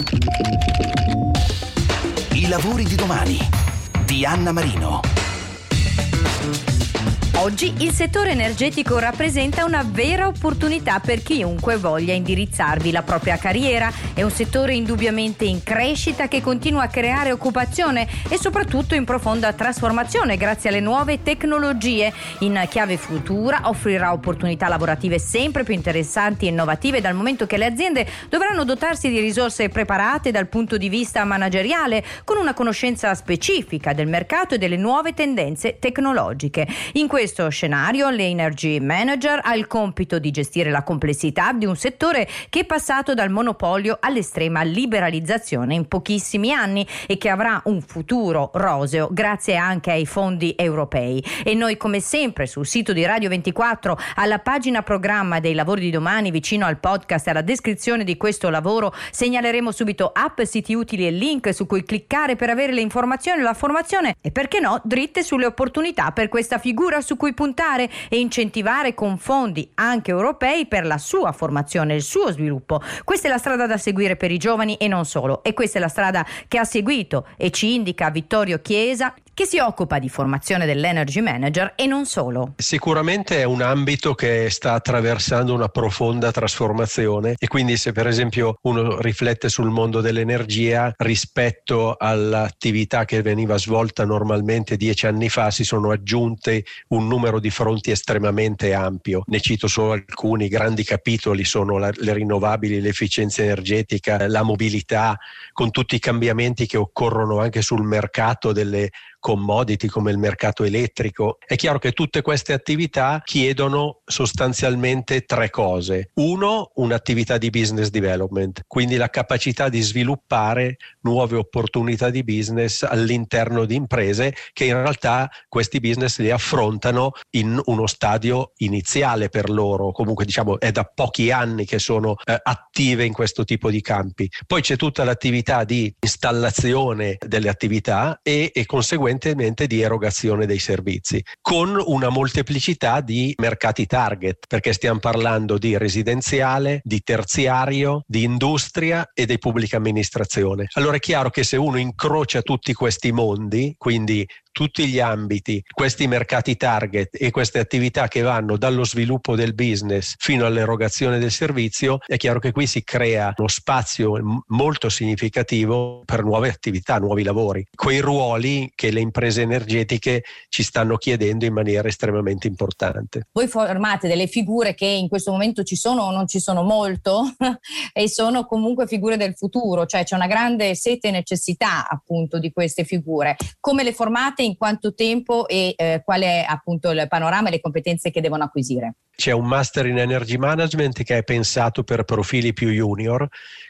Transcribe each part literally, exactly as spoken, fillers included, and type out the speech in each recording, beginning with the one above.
I lavori di domani di Anna Marino. Oggi il settore energetico rappresenta una vera opportunità per chiunque voglia indirizzarvi la propria carriera. È un settore indubbiamente in crescita che continua a creare occupazione e soprattutto in profonda trasformazione grazie alle nuove tecnologie. In chiave futura offrirà opportunità lavorative sempre più interessanti e innovative, dal momento che le aziende dovranno dotarsi di risorse preparate dal punto di vista manageriale, con una conoscenza specifica del mercato e delle nuove tendenze tecnologiche. In questo scenario l'Energy Manager ha il compito di gestire la complessità di un settore che è passato dal monopolio all'estrema liberalizzazione in pochissimi anni e che avrà un futuro roseo grazie anche ai fondi europei. E noi, come sempre, sul sito di Radio ventiquattro, alla pagina programma dei lavori di domani, vicino al podcast e alla descrizione di questo lavoro, segnaleremo subito app, siti utili e link su cui cliccare per avere le informazioni, la formazione e, perché no, dritte sulle opportunità per questa figura su cui puntare e incentivare con fondi anche europei per la sua formazione e il suo sviluppo. Questa è la strada da seguire per i giovani e non solo, e questa è la strada che ha seguito e ci indica Vittorio Chiesa, che si occupa di formazione dell'Energy Manager e non solo. Sicuramente è un ambito che sta attraversando una profonda trasformazione, e quindi se per esempio uno riflette sul mondo dell'energia rispetto all'attività che veniva svolta normalmente dieci anni fa, si sono aggiunte un numero di fronti estremamente ampio. Ne cito solo alcuni. Grandi capitoli sono la, le rinnovabili, l'efficienza energetica, la mobilità, con tutti i cambiamenti che occorrono anche sul mercato delle commodity come il mercato elettrico. È chiaro che tutte queste attività chiedono sostanzialmente tre cose. Uno, un'attività di business development, quindi la capacità di sviluppare nuove opportunità di business all'interno di imprese che in realtà questi business li affrontano in uno stadio iniziale per loro, comunque diciamo è da pochi anni che sono eh, attive in questo tipo di campi. Poi c'è tutta l'attività di installazione delle attività e, e conseguentemente di erogazione dei servizi, con una molteplicità di mercati target, perché stiamo parlando di residenziale, di terziario, di industria e di pubblica amministrazione. Allora è chiaro che se uno incrocia tutti questi mondi, quindi tutti gli ambiti, questi mercati target e queste attività che vanno dallo sviluppo del business fino all'erogazione del servizio, è chiaro che qui si crea uno spazio molto significativo per nuove attività, nuovi lavori, quei ruoli che le imprese energetiche ci stanno chiedendo in maniera estremamente importante. Voi formate delle figure che in questo momento ci sono o non ci sono molto e sono comunque figure del futuro, cioè c'è una grande sete e necessità appunto di queste figure. Come le formate, in quanto tempo e eh, qual è appunto il panorama e le competenze che devono acquisire? C'è un Master in Energy Management che è pensato per profili più junior,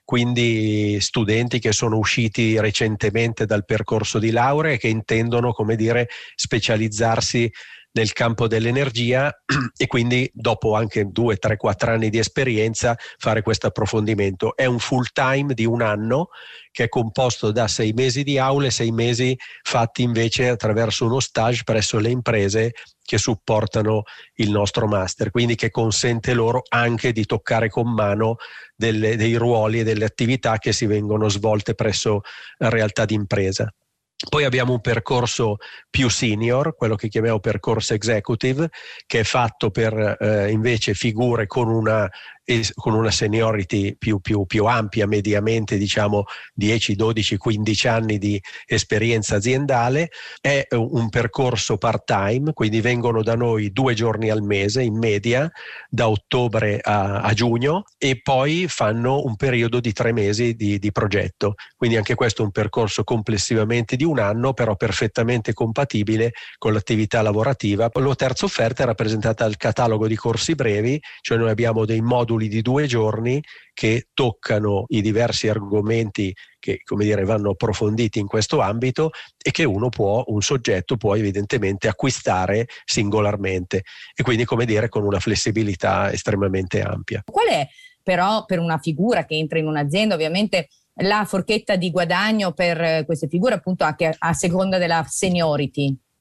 quindi studenti che sono usciti recentemente dal percorso di laurea e che intendono, come dire, specializzarsi nel campo dell'energia e quindi dopo anche due, tre, quattro anni di esperienza fare questo approfondimento. È un full time di un anno che è composto da sei mesi di aule e sei mesi fatti invece attraverso uno stage presso le imprese che supportano il nostro master, quindi che consente loro anche di toccare con mano delle, dei ruoli e delle attività che si vengono svolte presso la realtà d'impresa. Poi abbiamo un percorso più senior, quello che chiamiamo percorso executive, che è fatto per eh, invece figure con una, es- con una seniority più, più, più ampia, mediamente diciamo dieci, dodici, quindici anni di esperienza aziendale. È un percorso part-time, quindi vengono da noi due giorni al mese in media, da ottobre a, a giugno, e poi fanno un periodo di tre mesi di, di progetto. Quindi anche questo è un percorso complessivamente di un anno, però perfettamente compatibile con l'attività lavorativa. La terza offerta è rappresentata dal catalogo di corsi brevi, cioè noi abbiamo dei moduli di due giorni che toccano i diversi argomenti che, come dire, vanno approfonditi in questo ambito e che uno può, un soggetto può evidentemente acquistare singolarmente e quindi, come dire, con una flessibilità estremamente ampia. Qual è però per una figura che entra in un'azienda ovviamente la forchetta di guadagno per queste figure, appunto anche a seconda della seniority?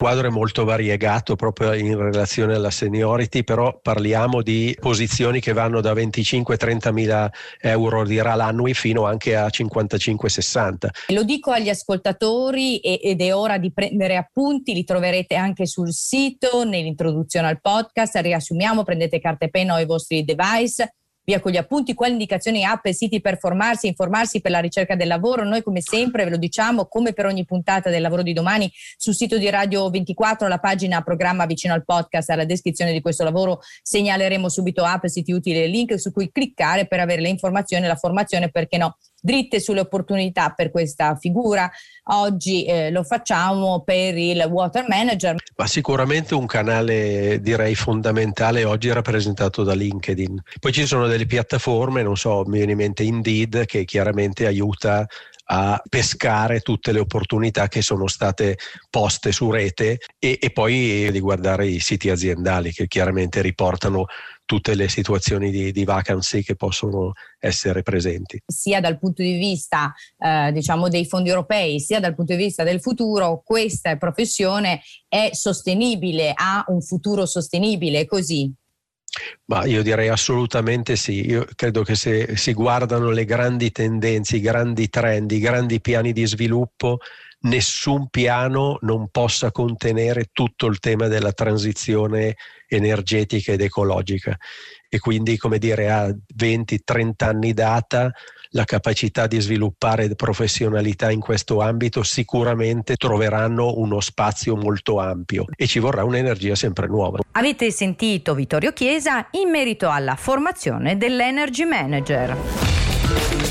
quadro è molto variegato proprio in relazione alla seniority, però parliamo di posizioni che vanno da venticinque trenta mila euro di R A L annui fino anche a cinquantacinque sessanta. Lo dico agli ascoltatori ed è ora di prendere appunti, li troverete anche sul sito, nell'introduzione al podcast. Riassumiamo, prendete carta e penna o i vostri device, via con gli appunti, quali indicazioni, app e siti per formarsi, informarsi per la ricerca del lavoro. Noi come sempre ve lo diciamo, come per ogni puntata del Lavoro di Domani, sul sito di Radio ventiquattro, la pagina programma vicino al podcast, alla descrizione di questo lavoro segnaleremo subito app, siti utili e link su cui cliccare per avere le informazioni e la formazione, perché no, dritte sulle opportunità per questa figura. Oggi eh, lo facciamo per il Water Manager. Ma sicuramente un canale, direi, fondamentale oggi è rappresentato da LinkedIn. Poi ci sono delle piattaforme, non so, mi viene in mente Indeed, che chiaramente aiuta a pescare tutte le opportunità che sono state poste su rete, e, e poi di guardare i siti aziendali che chiaramente riportano tutte le situazioni di, di vacancy che possono essere presenti. Sia dal punto di vista eh, diciamo dei fondi europei, sia dal punto di vista del futuro, questa professione è sostenibile, ha un futuro sostenibile, così? Ma io direi assolutamente sì. Io credo che se si guardano le grandi tendenze, i grandi trend, i grandi piani di sviluppo, nessun piano non possa contenere tutto il tema della transizione energetica ed ecologica, e quindi, come dire, a venti trenta anni data la capacità di sviluppare professionalità in questo ambito sicuramente troveranno uno spazio molto ampio e ci vorrà un'energia sempre nuova. Avete sentito Vittorio Chiesa in merito alla formazione dell'Energy Manager.